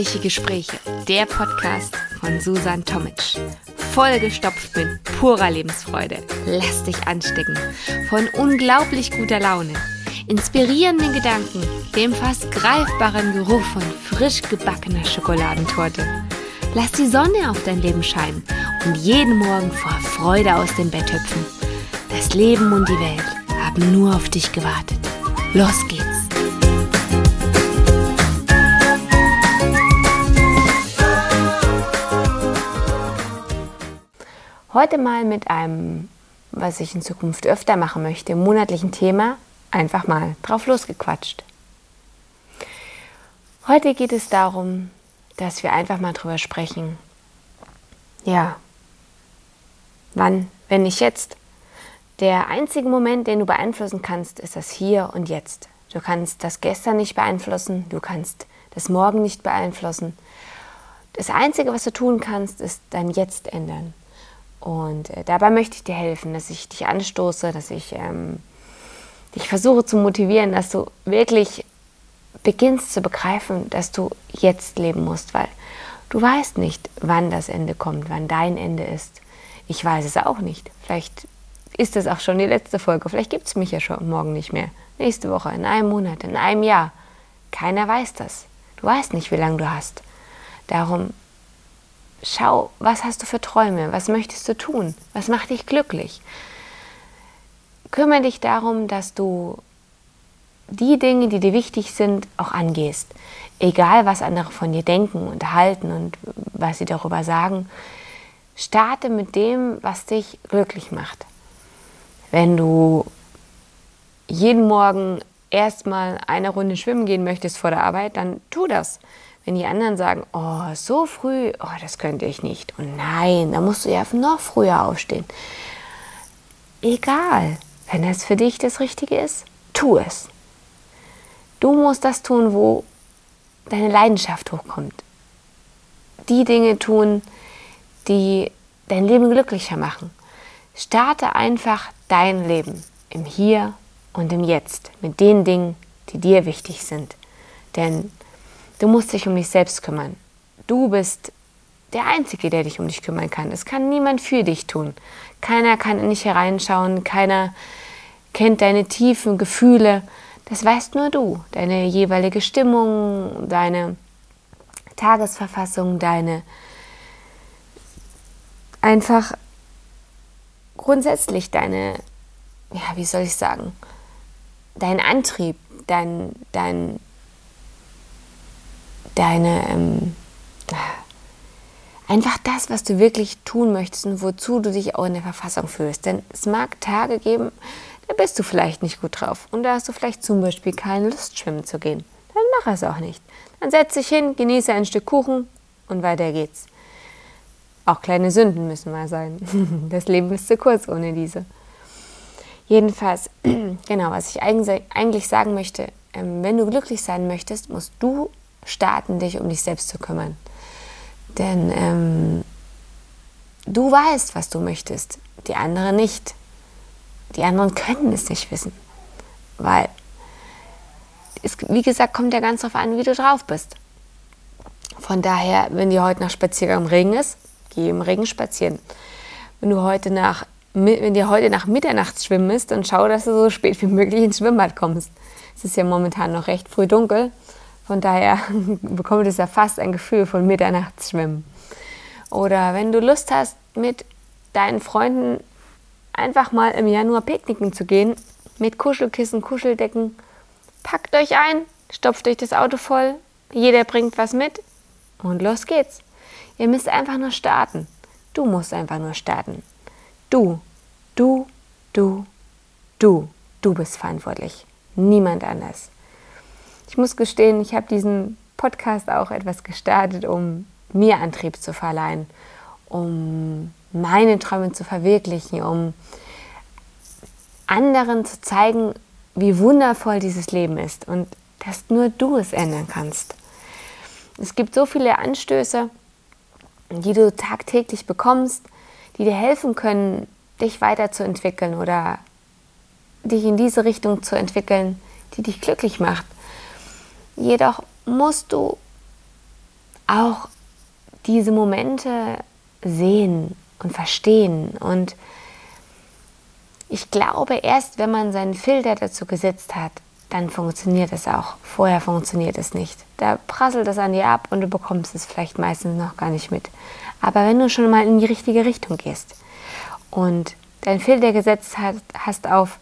Ehrliche Gespräche, der Podcast von Susan Tomic. Vollgestopft mit purer Lebensfreude. Lass dich anstecken von unglaublich guter Laune, inspirierenden Gedanken, dem fast greifbaren Geruch von frisch gebackener Schokoladentorte. Lass die Sonne auf dein Leben scheinen und jeden Morgen vor Freude aus dem Bett hüpfen. Das Leben und die Welt haben nur auf dich gewartet. Los geht's! Heute mal mit einem, was ich in Zukunft öfter machen möchte, monatlichen Thema, einfach mal drauf losgequatscht. Heute geht es darum, dass wir einfach mal drüber sprechen. Ja, wann, wenn nicht jetzt? Der einzige Moment, den du beeinflussen kannst, ist das Hier und Jetzt. Du kannst das Gestern nicht beeinflussen, du kannst das Morgen nicht beeinflussen. Das Einzige, was du tun kannst, ist dein Jetzt ändern. Und dabei möchte ich dir helfen, dass ich dich anstoße, dass ich dich versuche zu motivieren, dass du wirklich beginnst zu begreifen, dass du jetzt leben musst, weil du weißt nicht, wann das Ende kommt, wann dein Ende ist. Ich weiß es auch nicht. Vielleicht ist es auch schon die letzte Folge, vielleicht gibt es mich ja schon morgen nicht mehr. Nächste Woche, in einem Monat, in einem Jahr. Keiner weiß das. Du weißt nicht, wie lange du hast. Darum schau, was hast du für Träume? Was möchtest du tun? Was macht dich glücklich? Kümmere dich darum, dass du die Dinge, die dir wichtig sind, auch angehst. Egal, was andere von dir denken und halten und was sie darüber sagen. Starte mit dem, was dich glücklich macht. Wenn du jeden Morgen erstmal eine Runde schwimmen gehen möchtest vor der Arbeit, dann tu das. Wenn die anderen sagen, oh, so früh, oh, das könnte ich nicht. Und nein, da musst du ja noch früher aufstehen. Egal, wenn das für dich das Richtige ist, tu es. Du musst das tun, wo deine Leidenschaft hochkommt. Die Dinge tun, die dein Leben glücklicher machen. Starte einfach dein Leben im Hier und im Jetzt mit den Dingen, die dir wichtig sind. Denn du musst dich um dich selbst kümmern. Du bist der Einzige, der dich um dich kümmern kann. Es kann niemand für dich tun. Keiner kann in dich hereinschauen, keiner kennt deine tiefen Gefühle. Das weißt nur du. Deine jeweilige Stimmung, deine Tagesverfassung, deine einfach grundsätzlich deine, ja, wie soll ich sagen, dein Antrieb, einfach das, was du wirklich tun möchtest und wozu du dich auch in der Verfassung fühlst. Denn es mag Tage geben, da bist du vielleicht nicht gut drauf und da hast du vielleicht zum Beispiel keine Lust, schwimmen zu gehen. Dann mach es auch nicht. Dann setz dich hin, genieße ein Stück Kuchen und weiter geht's. Auch kleine Sünden müssen mal sein. Das Leben ist zu kurz ohne diese. Jedenfalls, genau, was ich eigentlich sagen möchte, wenn du glücklich sein möchtest, musst du starten, dich um dich selbst zu kümmern. Denn du weißt, was du möchtest, die anderen nicht. Die anderen können es nicht wissen. Weil, wie gesagt, kommt ja ganz darauf an, wie du drauf bist. Von daher, wenn dir heute nach Spaziergang im Regen ist, geh im Regen spazieren. Wenn dir heute nach Mitternachtsschwimmen ist, dann schau, dass du so spät wie möglich ins Schwimmbad kommst. Es ist ja momentan noch recht früh dunkel. Von daher bekommt es ja fast ein Gefühl von Mitternachtsschwimmen. Oder wenn du Lust hast, mit deinen Freunden einfach mal im Januar picknicken zu gehen, mit Kuschelkissen, Kuscheldecken, packt euch ein, stopft euch das Auto voll, jeder bringt was mit und los geht's. Ihr müsst einfach nur starten. Du musst einfach nur starten. Du bist verantwortlich. Niemand anders. Ich muss gestehen, ich habe diesen Podcast auch etwas gestartet, um mir Antrieb zu verleihen, um meine Träume zu verwirklichen, um anderen zu zeigen, wie wundervoll dieses Leben ist und dass nur du es ändern kannst. Es gibt so viele Anstöße, die du tagtäglich bekommst, die dir helfen können, dich weiterzuentwickeln oder dich in diese Richtung zu entwickeln, die dich glücklich macht. Jedoch musst du auch diese Momente sehen und verstehen. Und ich glaube, erst wenn man seinen Filter dazu gesetzt hat, dann funktioniert es auch. Vorher funktioniert es nicht. Da prasselt es an dir ab und du bekommst es vielleicht meistens noch gar nicht mit. Aber wenn du schon mal in die richtige Richtung gehst und deinen Filter gesetzt hast auf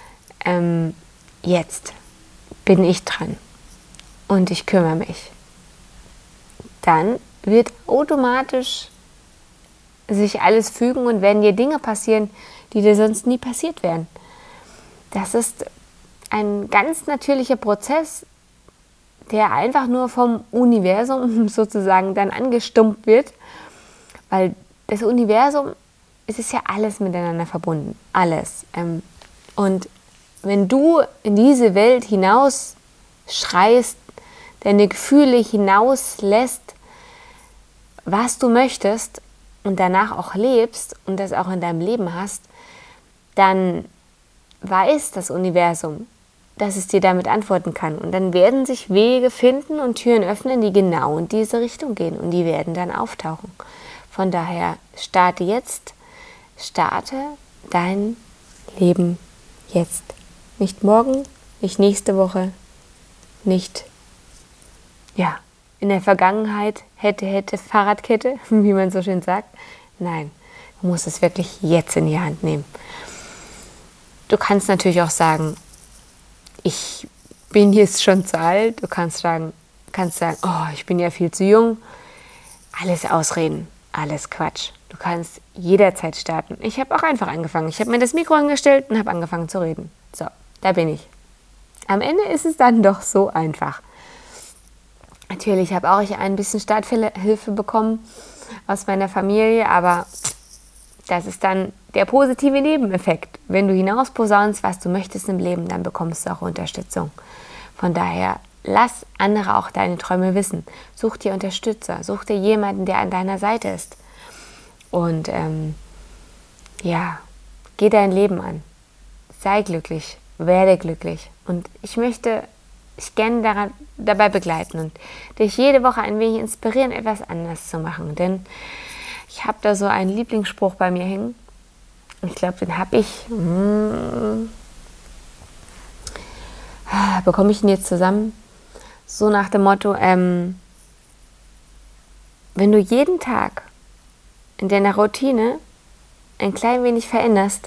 jetzt bin ich dran und ich kümmere mich, dann wird automatisch sich alles fügen und werden dir Dinge passieren, die dir sonst nie passiert wären. Das ist ein ganz natürlicher Prozess, der einfach nur vom Universum sozusagen dann angestummt wird, weil das Universum, es ist ja alles miteinander verbunden, alles. Und wenn du in diese Welt hinaus schreist, deine Gefühle hinauslässt, was du möchtest und danach auch lebst und das auch in deinem Leben hast, dann weiß das Universum, dass es dir damit antworten kann. Und dann werden sich Wege finden und Türen öffnen, die genau in diese Richtung gehen. Und die werden dann auftauchen. Von daher starte jetzt. Starte dein Leben jetzt. Nicht morgen, nicht nächste Woche, nicht in der Vergangenheit, hätte, Fahrradkette, wie man so schön sagt. Nein, du musst es wirklich jetzt in die Hand nehmen. Du kannst natürlich auch sagen, ich bin jetzt schon zu alt. Du kannst sagen, oh, ich bin ja viel zu jung. Alles Ausreden, alles Quatsch. Du kannst jederzeit starten. Ich habe auch einfach angefangen. Ich habe mir das Mikro angestellt und habe angefangen zu reden. So, da bin ich. Am Ende ist es dann doch so einfach. Natürlich habe auch ich ein bisschen Starthilfe bekommen aus meiner Familie, aber das ist dann der positive Nebeneffekt. Wenn du hinausposaunst, was du möchtest im Leben, dann bekommst du auch Unterstützung. Von daher, lass andere auch deine Träume wissen. Such dir Unterstützer, such dir jemanden, der an deiner Seite ist. Und geh dein Leben an. Sei glücklich, werde glücklich. Und ich möchte dich gerne dabei begleiten und dich jede Woche ein wenig inspirieren, etwas anders zu machen. Denn ich habe da so einen Lieblingsspruch bei mir hängen. Ich glaube, den habe ich. Bekomme ich ihn jetzt zusammen? So nach dem Motto, wenn du jeden Tag in deiner Routine ein klein wenig veränderst,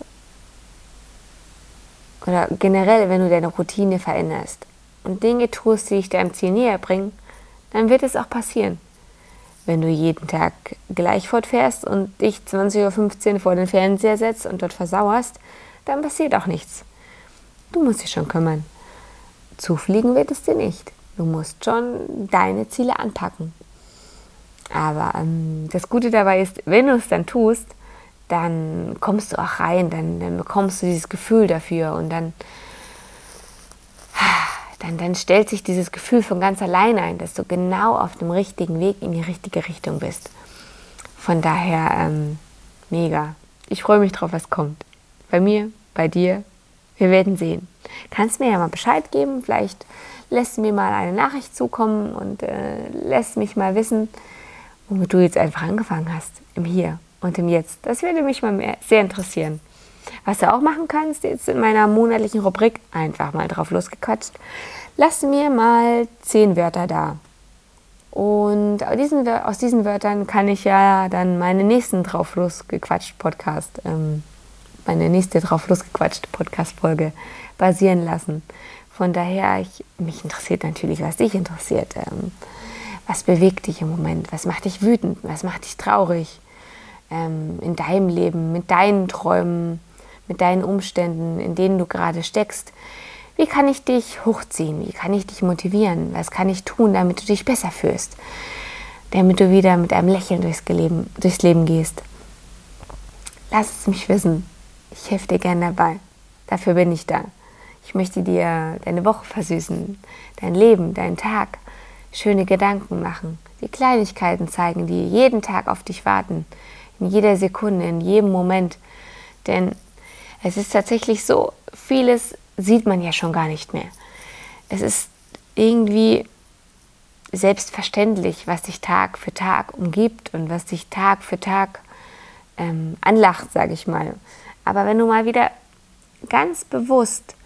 oder generell, wenn du deine Routine veränderst und Dinge tust, die dich deinem Ziel näher bringen, dann wird es auch passieren. Wenn du jeden Tag gleich fortfährst und dich 20:15 Uhr vor den Fernseher setzt und dort versauerst, dann passiert auch nichts. Du musst dich schon kümmern. Zufliegen wird es dir nicht. Du musst schon deine Ziele anpacken. Aber das Gute dabei ist, wenn du es dann tust, dann kommst du auch rein, dann bekommst du dieses Gefühl dafür und dann stellt sich dieses Gefühl von ganz alleine ein, dass du genau auf dem richtigen Weg in die richtige Richtung bist. Von daher mega. Ich freue mich drauf, was kommt. Bei mir, bei dir. Wir werden sehen. Kannst mir ja mal Bescheid geben. Vielleicht lässt du mir mal eine Nachricht zukommen und lässt mich mal wissen, womit du jetzt einfach angefangen hast. Im Hier und im Jetzt. Das würde mich mal sehr interessieren. Was du auch machen kannst, jetzt in meiner monatlichen Rubrik, einfach mal drauf losgequatscht, lass mir mal 10 Wörter da. Und aus diesen Wörtern kann ich ja dann meine nächste drauf losgequatscht Podcast-Folge basieren lassen. Von daher, mich interessiert natürlich, was dich interessiert. Was bewegt dich im Moment? Was macht dich wütend? Was macht dich traurig? In deinem Leben, mit deinen Träumen, mit deinen Umständen, in denen du gerade steckst. Wie kann ich dich hochziehen? Wie kann ich dich motivieren? Was kann ich tun, damit du dich besser fühlst? Damit du wieder mit einem Lächeln durchs Leben gehst. Lass es mich wissen. Ich helfe dir gerne dabei. Dafür bin ich da. Ich möchte dir deine Woche versüßen, dein Leben, deinen Tag, schöne Gedanken machen, die Kleinigkeiten zeigen, die jeden Tag auf dich warten, in jeder Sekunde, in jedem Moment. Denn es ist tatsächlich so, vieles sieht man ja schon gar nicht mehr. Es selbstverständlich, was dich Tag für Tag umgibt und was dich Tag für Tag anlacht, sage ich mal. Aber wenn du mal wieder ganz bewusst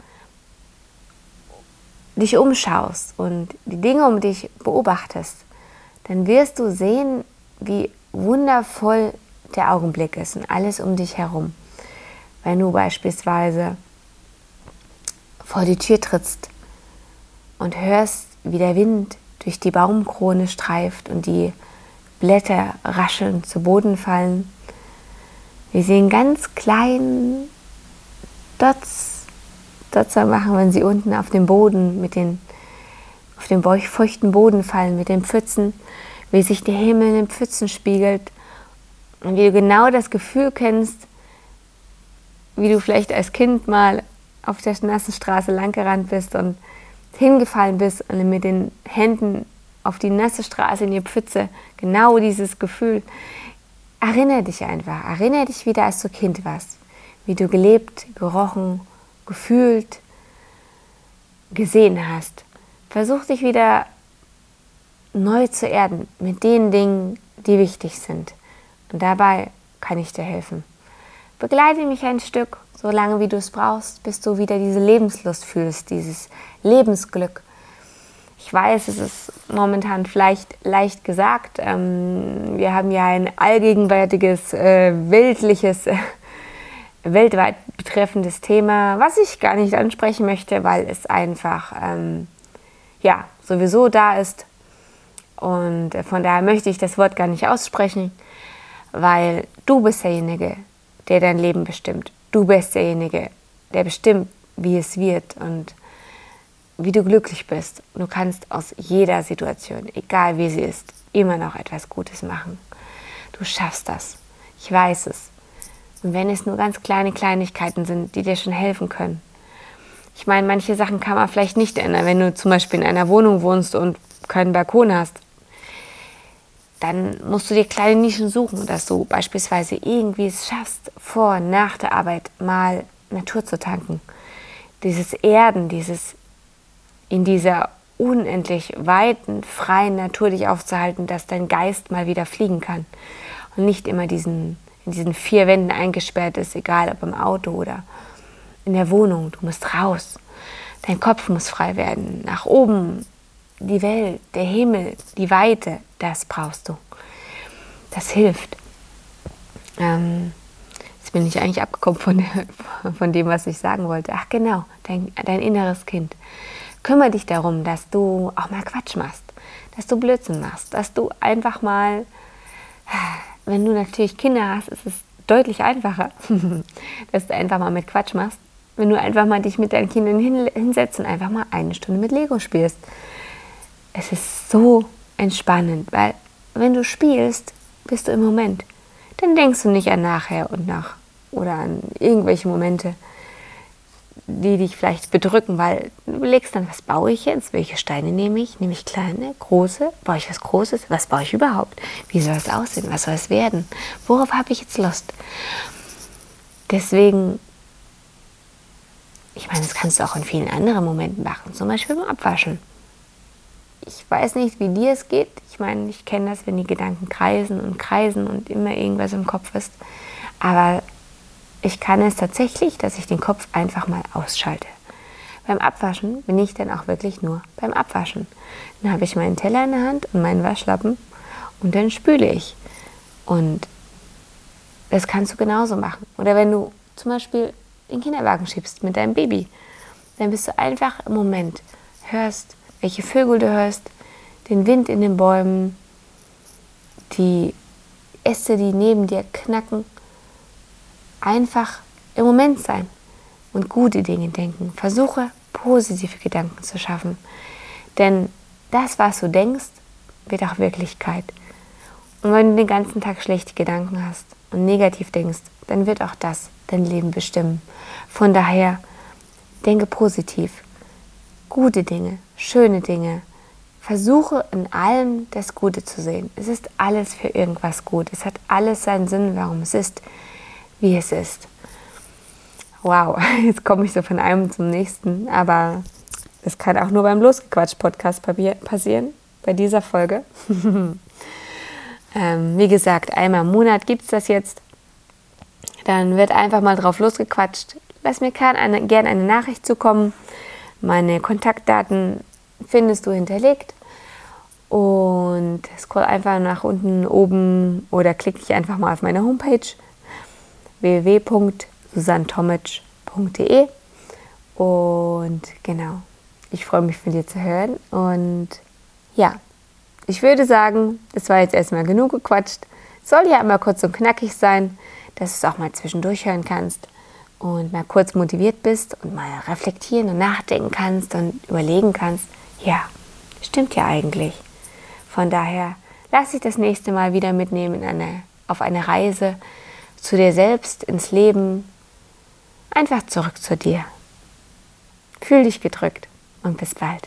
dich umschaust und die Dinge um dich beobachtest, dann wirst du sehen, wie wundervoll der Augenblick ist und alles um dich herum. Wenn du beispielsweise vor die Tür trittst und hörst, wie der Wind durch die Baumkrone streift und die Blätter rascheln zu Boden fallen, wie sie einen ganz kleinen Dotzer machen, wenn sie unten auf dem Boden auf den feuchten Boden fallen mit den Pfützen, wie sich der Himmel in den Pfützen spiegelt und wie du genau das Gefühl kennst, wie du vielleicht als Kind mal auf der nassen Straße langgerannt bist und hingefallen bist und mit den Händen auf die nasse Straße in die Pfütze, genau dieses Gefühl. Erinnere dich einfach, erinnere dich wieder, als du Kind warst, wie du gelebt, gerochen, gefühlt, gesehen hast. Versuch dich wieder neu zu erden mit den Dingen, die wichtig sind. Und dabei kann ich dir helfen. Begleite mich ein Stück, so lange wie du es brauchst, bis du wieder diese Lebenslust fühlst, dieses Lebensglück. Ich weiß, es ist momentan vielleicht leicht gesagt. Wir haben ja ein allgegenwärtiges, weltweit betreffendes Thema, was ich gar nicht ansprechen möchte, weil es einfach sowieso da ist. Und von daher möchte ich das Wort gar nicht aussprechen, weil du bist derjenige, der dein Leben bestimmt. Du bist derjenige, der bestimmt, wie es wird und wie du glücklich bist. Du kannst aus jeder Situation, egal wie sie ist, immer noch etwas Gutes machen. Du schaffst das. Ich weiß es. Und wenn es nur ganz kleine Kleinigkeiten sind, die dir schon helfen können. Ich meine, manche Sachen kann man vielleicht nicht ändern. Wenn du zum Beispiel in einer Wohnung wohnst und keinen Balkon hast, dann musst du dir kleine Nischen suchen, dass du beispielsweise irgendwie es schaffst, vor und nach der Arbeit mal Natur zu tanken. Dieses Erden, dieses in dieser unendlich weiten, freien Natur dich aufzuhalten, dass dein Geist mal wieder fliegen kann und nicht immer in diesen 4 Wänden eingesperrt ist, egal ob im Auto oder in der Wohnung. Du musst raus. Dein Kopf muss frei werden. Nach oben, die Welt, der Himmel, die Weite, das brauchst du. Das hilft. Jetzt bin ich eigentlich abgekommen von dem, was ich sagen wollte. Ach genau, dein inneres Kind. Kümmere dich darum, dass du auch mal Quatsch machst, dass du Blödsinn machst, dass du einfach mal, wenn du natürlich Kinder hast, ist es deutlich einfacher, dass du einfach mal mit Quatsch machst. Wenn du einfach mal dich mit deinen Kindern hinsetzt und einfach mal 1 Stunde mit Lego spielst. Es ist so entspannend, weil wenn du spielst, bist du im Moment. Dann denkst du nicht an nachher und nach oder an irgendwelche Momente, die dich vielleicht bedrücken, weil du überlegst dann, was baue ich jetzt? Welche Steine nehme ich? Nehme ich kleine, große? Baue ich was Großes? Was baue ich überhaupt? Wie soll es aussehen? Was soll es werden? Worauf habe ich jetzt Lust? Deswegen, ich meine, das kannst du auch in vielen anderen Momenten machen, zum Beispiel beim Abwaschen. Ich weiß nicht, wie dir es geht. Ich meine, ich kenne das, wenn die Gedanken kreisen und immer irgendwas im Kopf ist. Aber ich kann es tatsächlich, dass ich den Kopf einfach mal ausschalte. Beim Abwaschen bin ich dann auch wirklich nur beim Abwaschen. Dann habe ich meinen Teller in der Hand und meinen Waschlappen und dann spüle ich. Und das kannst du genauso machen. Oder wenn du zum Beispiel den Kinderwagen schiebst mit deinem Baby, dann bist du einfach im Moment, hörst, welche Vögel du hörst, den Wind in den Bäumen, die Äste, die neben dir knacken. Einfach im Moment sein und gute Dinge denken. Versuche, positive Gedanken zu schaffen. Denn das, was du denkst, wird auch Wirklichkeit. Und wenn du den ganzen Tag schlechte Gedanken hast und negativ denkst, dann wird auch das dein Leben bestimmen. Von daher, denke positiv. Gute Dinge, schöne Dinge. Versuche in allem das Gute zu sehen. Es ist alles für irgendwas gut. Es hat alles seinen Sinn, warum es ist, wie es ist. Wow, jetzt komme ich so von einem zum nächsten, aber das kann auch nur beim Losgequatscht-Podcast passieren. bei dieser Folge. Wie gesagt, einmal im Monat gibt es das jetzt. Dann wird einfach mal drauf losgequatscht. Lass mir gerne eine Nachricht zukommen. Meine Kontaktdaten findest du hinterlegt. Und scroll einfach nach unten oben oder klick dich einfach mal auf meine Homepage www.susantomic.de. Und genau, ich freue mich von dir zu hören. Und ja, ich würde sagen, das war jetzt erstmal genug gequatscht. Soll ja immer kurz und knackig sein, dass du es auch mal zwischendurch hören kannst und mal kurz motiviert bist und mal reflektieren und nachdenken kannst und überlegen kannst, ja, stimmt ja eigentlich. Von daher lass dich das nächste Mal wieder mitnehmen auf eine Reise zu dir selbst, ins Leben, einfach zurück zu dir. Fühl dich gedrückt und bis bald.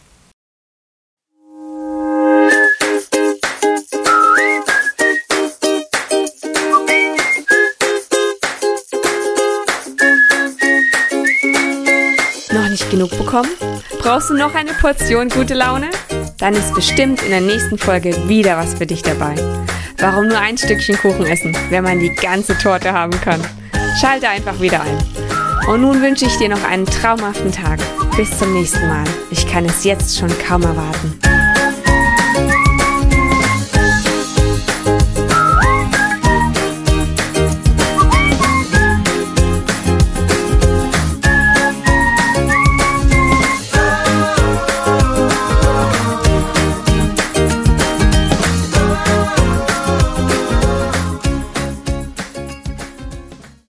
Noch nicht genug bekommen? Brauchst du noch eine Portion gute Laune? Dann ist bestimmt in der nächsten Folge wieder was für dich dabei. Warum nur ein Stückchen Kuchen essen, wenn man die ganze Torte haben kann? Schalte einfach wieder ein. Und nun wünsche ich dir noch einen traumhaften Tag. Bis zum nächsten Mal. Ich kann es jetzt schon kaum erwarten.